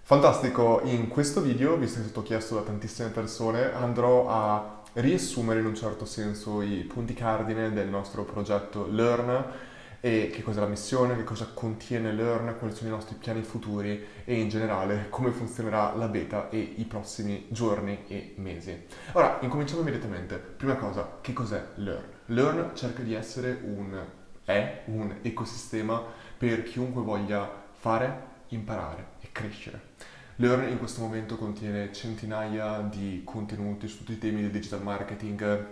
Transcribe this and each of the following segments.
Fantastico, in questo video, visto che è stato chiesto da tantissime persone, andrò a riassumere in un certo senso i punti cardine del nostro progetto Learn e che cos'è la missione, che cosa contiene Learn, quali sono i nostri piani futuri e in generale come funzionerà la beta e i prossimi giorni e mesi. Ora, incominciamo immediatamente. Prima cosa, che cos'è Learn? Learn cerca di essere è un ecosistema per chiunque voglia fare, imparare e crescere. Learn in questo momento contiene centinaia di contenuti su tutti i temi del digital marketing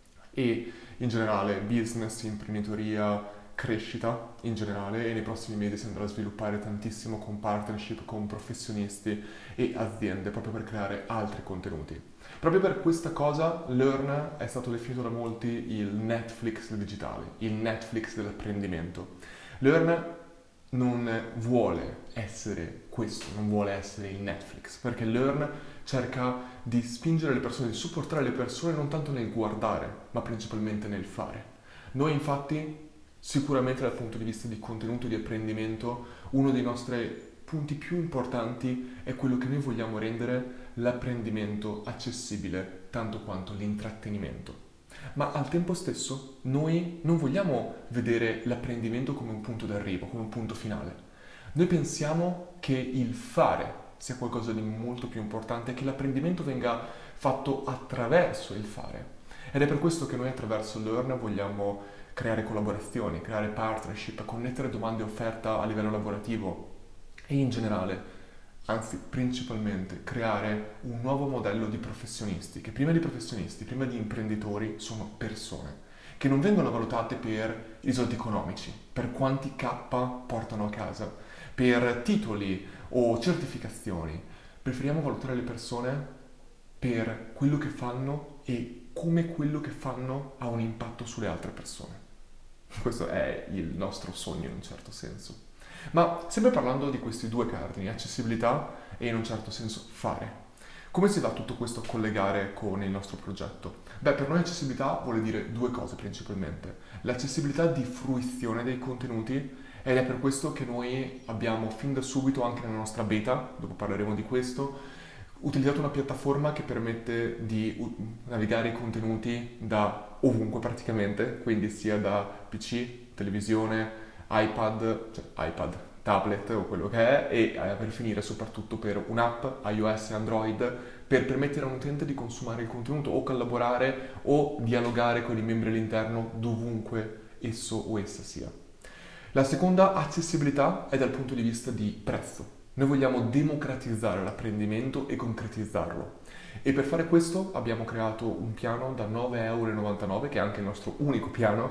e in generale business, imprenditoria, crescita in generale, e nei prossimi mesi si andrà a sviluppare tantissimo con partnership con professionisti e aziende proprio per creare altri contenuti. Proprio per questa cosa Learn è stato definito da molti il Netflix del digitale, il Netflix dell'apprendimento. Learn non vuole essere questo, non vuole essere il Netflix, perché Learn cerca di spingere le persone, di supportare le persone non tanto nel guardare, ma principalmente nel fare. Noi infatti, sicuramente dal punto di vista di contenuto e di apprendimento, uno dei nostri punti più importanti è quello che noi vogliamo rendere l'apprendimento accessibile tanto quanto l'intrattenimento. Ma al tempo stesso noi non vogliamo vedere l'apprendimento come un punto d'arrivo, come un punto finale. Noi pensiamo che il fare sia qualcosa di molto più importante e che l'apprendimento venga fatto attraverso il fare. Ed è per questo che noi attraverso Learn vogliamo creare collaborazioni, creare partnership, connettere domande e offerta a livello lavorativo e in generale, anzi principalmente, creare un nuovo modello di professionisti, che prima di professionisti, prima di imprenditori, sono persone, che non vengono valutate per i risultati economici, per quanti K portano a casa, per titoli o certificazioni. Preferiamo valutare le persone per quello che fanno e come quello che fanno ha un impatto sulle altre persone. Questo è il nostro sogno in un certo senso. Ma sempre parlando di questi due cardini, accessibilità e in un certo senso fare, come si va tutto questo a collegare con il nostro progetto? Beh, per noi accessibilità vuole dire due cose principalmente. L'accessibilità di fruizione dei contenuti, ed è per questo che noi abbiamo fin da subito, anche nella nostra beta, dopo parleremo di questo, utilizzato una piattaforma che permette di navigare i contenuti da ovunque praticamente, quindi sia da PC, televisione, iPad, tablet o quello che è, e per finire soprattutto per un'app iOS e Android per permettere a un utente di consumare il contenuto o collaborare o dialogare con i membri all'interno dovunque esso o essa sia. La seconda accessibilità è dal punto di vista di prezzo. Noi vogliamo democratizzare l'apprendimento e concretizzarlo. E per fare questo abbiamo creato un piano da 9,99 €, che è anche il nostro unico piano,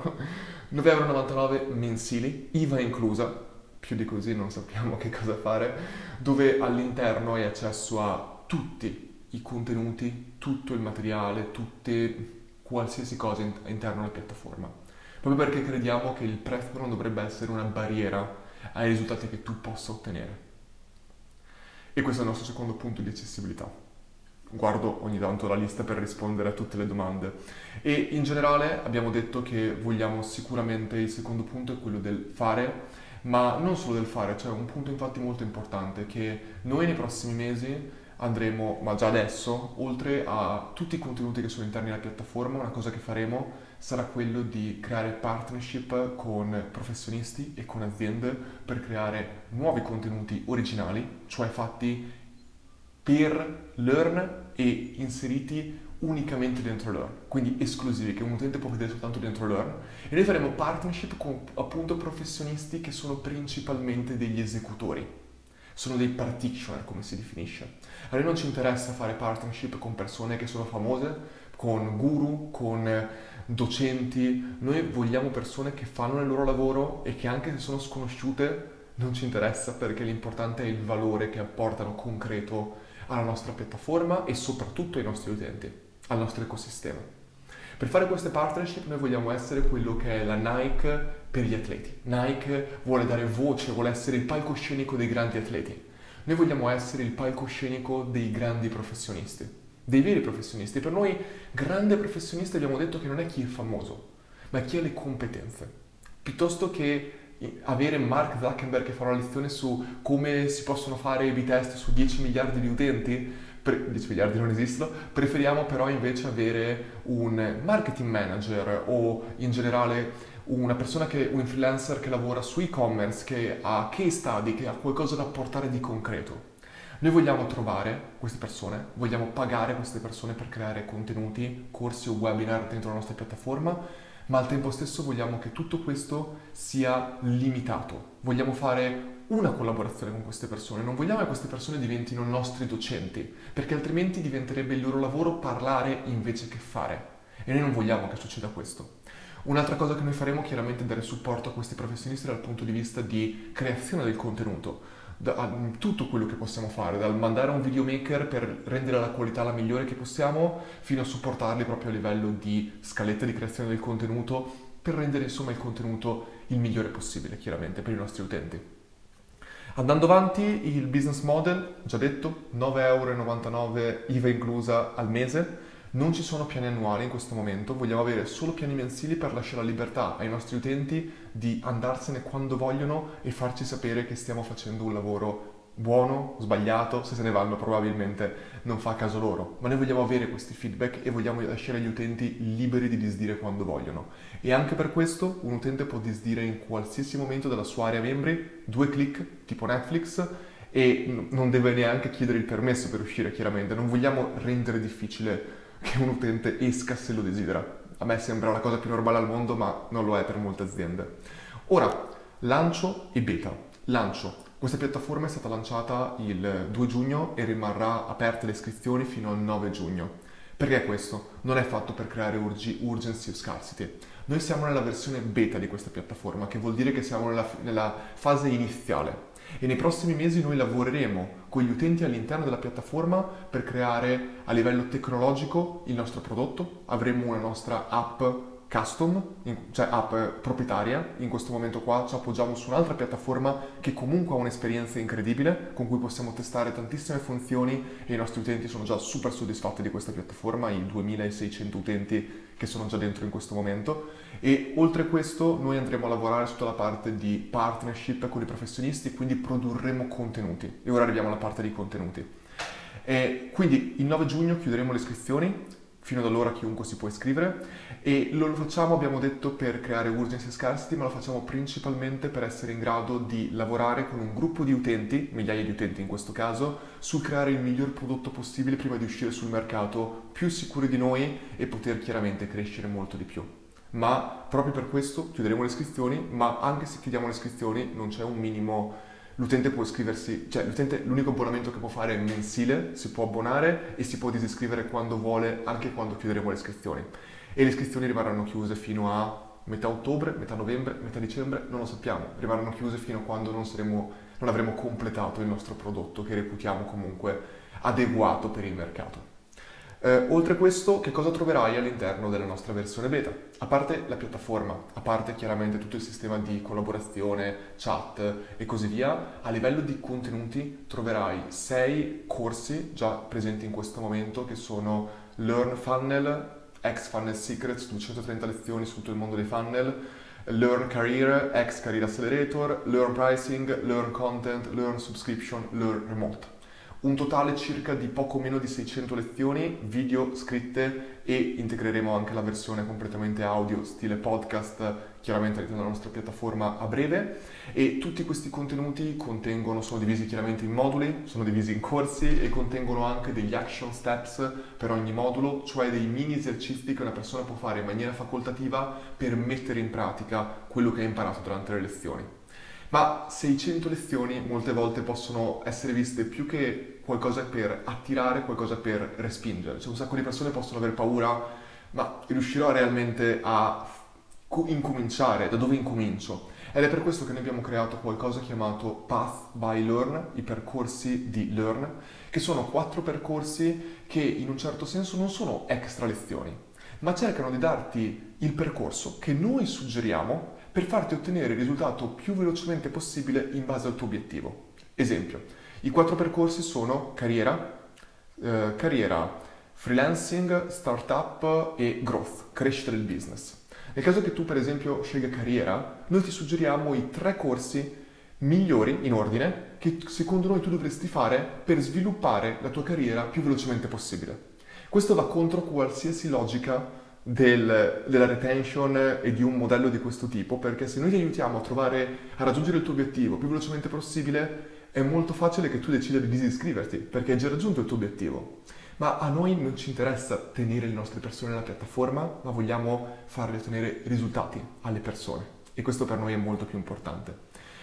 9,99 € mensili, IVA inclusa, più di così non sappiamo che cosa fare, dove all'interno hai accesso a tutti i contenuti, tutto il materiale, qualsiasi cosa all'interno della piattaforma. Proprio perché crediamo che il prezzo non dovrebbe essere una barriera ai risultati che tu possa ottenere. E questo è il nostro secondo punto di accessibilità. Guardo ogni tanto la lista per rispondere a tutte le domande. E in generale abbiamo detto che vogliamo sicuramente, il secondo punto è quello del fare, ma non solo del fare, c'è un punto infatti molto importante, che noi nei prossimi mesi andremo, ma già adesso, oltre a tutti i contenuti che sono interni alla piattaforma, una cosa che faremo sarà quello di creare partnership con professionisti e con aziende per creare nuovi contenuti originali, cioè fatti per Learn e inseriti unicamente dentro Learn, quindi esclusivi, che un utente può vedere soltanto dentro Learn, e noi faremo partnership con appunto professionisti che sono principalmente degli esecutori, sono dei practitioner come si definisce. A noi non ci interessa fare partnership con persone che sono famose, con guru, con docenti, noi vogliamo persone che fanno il loro lavoro e che anche se sono sconosciute non ci interessa, perché l'importante è il valore che apportano concreto alla nostra piattaforma e soprattutto ai nostri utenti, al nostro ecosistema. Per fare queste partnership noi vogliamo essere quello che è la Nike per gli atleti. Nike vuole dare voce, vuole essere il palcoscenico dei grandi atleti. Noi vogliamo essere il palcoscenico dei grandi professionisti, dei veri professionisti. Per noi grande professionista abbiamo detto che non è chi è famoso, ma chi ha le competenze. Piuttosto che avere Mark Zuckerberg che fa una lezione su come si possono fare A/B test su 10 miliardi di utenti, 10 miliardi non esistono, preferiamo però invece avere un marketing manager o in generale una persona un influencer che lavora su e-commerce, che ha case study, che ha qualcosa da portare di concreto. Noi vogliamo trovare queste persone, vogliamo pagare queste persone per creare contenuti, corsi o webinar dentro la nostra piattaforma, ma al tempo stesso vogliamo che tutto questo sia limitato. Vogliamo fare una collaborazione con queste persone, non vogliamo che queste persone diventino nostri docenti, perché altrimenti diventerebbe il loro lavoro parlare invece che fare. E noi non vogliamo che succeda questo. Un'altra cosa che noi faremo chiaramente è dare supporto a questi professionisti dal punto di vista di creazione del contenuto, tutto quello che possiamo fare, dal mandare un videomaker per rendere la qualità la migliore che possiamo, fino a supportarli proprio a livello di scaletta di creazione del contenuto, per rendere insomma il contenuto il migliore possibile, chiaramente, per i nostri utenti. Andando avanti, il business model, già detto, 9,99 € IVA inclusa al mese. Non ci sono piani annuali in questo momento, vogliamo avere solo piani mensili per lasciare la libertà ai nostri utenti di andarsene quando vogliono e farci sapere che stiamo facendo un lavoro buono, sbagliato, se ne vanno probabilmente non fa caso loro, ma noi vogliamo avere questi feedback e vogliamo lasciare gli utenti liberi di disdire quando vogliono. E anche per questo un utente può disdire in qualsiasi momento della sua area membri, 2 click, tipo Netflix, e non deve neanche chiedere il permesso per uscire, chiaramente. Non vogliamo rendere difficile che un utente esca se lo desidera. A me sembra la cosa più normale al mondo, ma non lo è per molte aziende. Ora, lancio e beta. Lancio. Questa piattaforma è stata lanciata il 2 giugno e rimarrà aperte le iscrizioni fino al 9 giugno. Perché questo? Non è fatto per creare urgency o scarcity. Noi siamo nella versione beta di questa piattaforma, che vuol dire che siamo nella fase iniziale. E nei prossimi mesi noi lavoreremo con gli utenti all'interno della piattaforma per creare a livello tecnologico il nostro prodotto. Avremo una nostra app custom, cioè app proprietaria. In questo momento qua ci appoggiamo su un'altra piattaforma che comunque ha un'esperienza incredibile, con cui possiamo testare tantissime funzioni e i nostri utenti sono già super soddisfatti di questa piattaforma, i 2600 utenti che sono già dentro in questo momento. E oltre a questo noi andremo a lavorare su tutta la parte di partnership con i professionisti, quindi produrremo contenuti. E ora arriviamo alla parte dei contenuti. E quindi il 9 giugno chiuderemo le iscrizioni, fino ad allora chiunque si può iscrivere, e lo facciamo, abbiamo detto, per creare urgency e scarcity, ma lo facciamo principalmente per essere in grado di lavorare con un gruppo di utenti, migliaia di utenti in questo caso, sul creare il miglior prodotto possibile prima di uscire sul mercato, più sicuri di noi e poter chiaramente crescere molto di più. Ma proprio per questo chiuderemo le iscrizioni, ma anche se chiudiamo le iscrizioni non c'è un minimo. L'utente può iscriversi, cioè l'unico abbonamento che può fare è mensile, si può abbonare e si può disiscrivere quando vuole, anche quando chiuderemo le iscrizioni. E le iscrizioni rimarranno chiuse fino a metà ottobre, metà novembre, metà dicembre, non lo sappiamo. Rimarranno chiuse fino a quando non avremo completato il nostro prodotto, che reputiamo comunque adeguato per il mercato. Oltre a questo, che cosa troverai all'interno della nostra versione beta? A parte la piattaforma, a parte chiaramente tutto il sistema di collaborazione, chat e così via, a livello di contenuti troverai 6 corsi già presenti in questo momento, che sono Learn Funnel, X Funnel Secrets, 230 lezioni su tutto il mondo dei funnel, Learn Career, X Career Accelerator, Learn Pricing, Learn Content, Learn Subscription, Learn Remote. Un totale circa di poco meno di 600 lezioni, video scritte, e integreremo anche la versione completamente audio, stile podcast, chiaramente all'interno della nostra piattaforma a breve. E tutti questi contenuti sono divisi chiaramente in moduli, sono divisi in corsi e contengono anche degli action steps per ogni modulo, cioè dei mini esercizi che una persona può fare in maniera facoltativa per mettere in pratica quello che ha imparato durante le lezioni. Ma 600 lezioni molte volte possono essere viste più che qualcosa per attirare, qualcosa per respingere. Cioè un sacco di persone possono aver paura, ma riuscirò realmente a incominciare? Da dove incomincio? Ed è per questo che noi abbiamo creato qualcosa chiamato Path by Learn, i percorsi di Learn, che sono 4 percorsi che in un certo senso non sono extra lezioni, ma cercano di darti il percorso che noi suggeriamo per farti ottenere il risultato più velocemente possibile in base al tuo obiettivo. Esempio, i 4 percorsi sono carriera, freelancing, startup e growth, crescita del business. Nel caso che tu per esempio scelga carriera, noi ti suggeriamo i 3 corsi migliori in ordine che secondo noi tu dovresti fare per sviluppare la tua carriera più velocemente possibile. Questo va contro qualsiasi logica della retention e di un modello di questo tipo, perché se noi ti aiutiamo a raggiungere il tuo obiettivo più velocemente possibile, è molto facile che tu decida di disiscriverti, perché hai già raggiunto il tuo obiettivo. Ma a noi non ci interessa tenere le nostre persone nella piattaforma, ma vogliamo farle ottenere risultati alle persone. E questo per noi è molto più importante.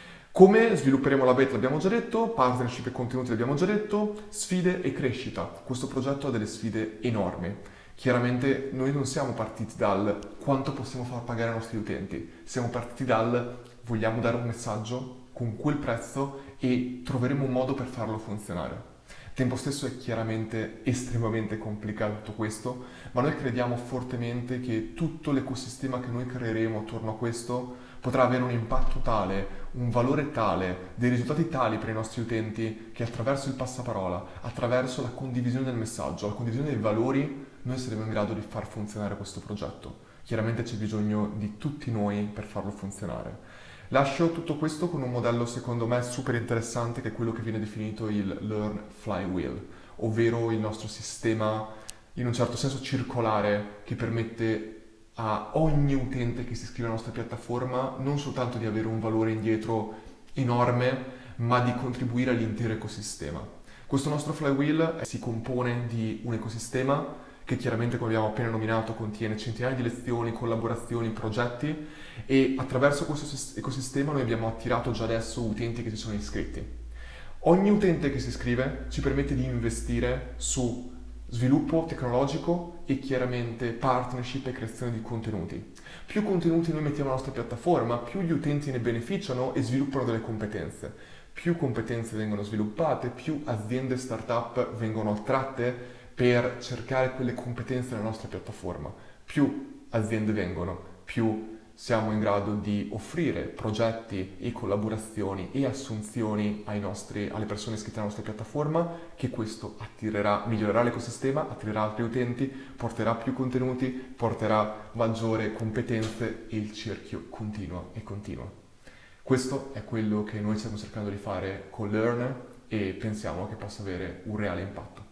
Come svilupperemo la beta l'abbiamo già detto, partnership e contenuti l'abbiamo già detto, sfide e crescita. Questo progetto ha delle sfide enormi. Chiaramente noi non siamo partiti dal quanto possiamo far pagare ai nostri utenti, siamo partiti dal vogliamo dare un messaggio con quel prezzo e troveremo un modo per farlo funzionare. Al tempo stesso è chiaramente estremamente complicato tutto questo, ma noi crediamo fortemente che tutto l'ecosistema che noi creeremo attorno a questo potrà avere un impatto tale, un valore tale, dei risultati tali per i nostri utenti che attraverso il passaparola, attraverso la condivisione del messaggio, la condivisione dei valori, noi saremo in grado di far funzionare questo progetto. Chiaramente c'è bisogno di tutti noi per farlo funzionare. Lascio tutto questo con un modello secondo me super interessante che è quello che viene definito il Learn Flywheel, ovvero il nostro sistema in un certo senso circolare che permette a ogni utente che si iscrive alla nostra piattaforma non soltanto di avere un valore indietro enorme, ma di contribuire all'intero ecosistema. Questo nostro flywheel si compone di un ecosistema che chiaramente, come abbiamo appena nominato, contiene centinaia di lezioni, collaborazioni, progetti e attraverso questo ecosistema noi abbiamo attirato già adesso utenti che si sono iscritti. Ogni utente che si iscrive ci permette di investire su sviluppo tecnologico e chiaramente partnership e creazione di contenuti. Più contenuti noi mettiamo alla nostra piattaforma, più gli utenti ne beneficiano e sviluppano delle competenze. Più competenze vengono sviluppate, più aziende e startup vengono attratte per cercare quelle competenze nella nostra piattaforma. Più aziende vengono, più siamo in grado di offrire progetti e collaborazioni e assunzioni alle persone iscritte alla nostra piattaforma, che questo migliorerà l'ecosistema, attirerà altri utenti, porterà più contenuti, porterà maggiore competenze e il cerchio continua e continua. Questo è quello che noi stiamo cercando di fare con Learn e pensiamo che possa avere un reale impatto.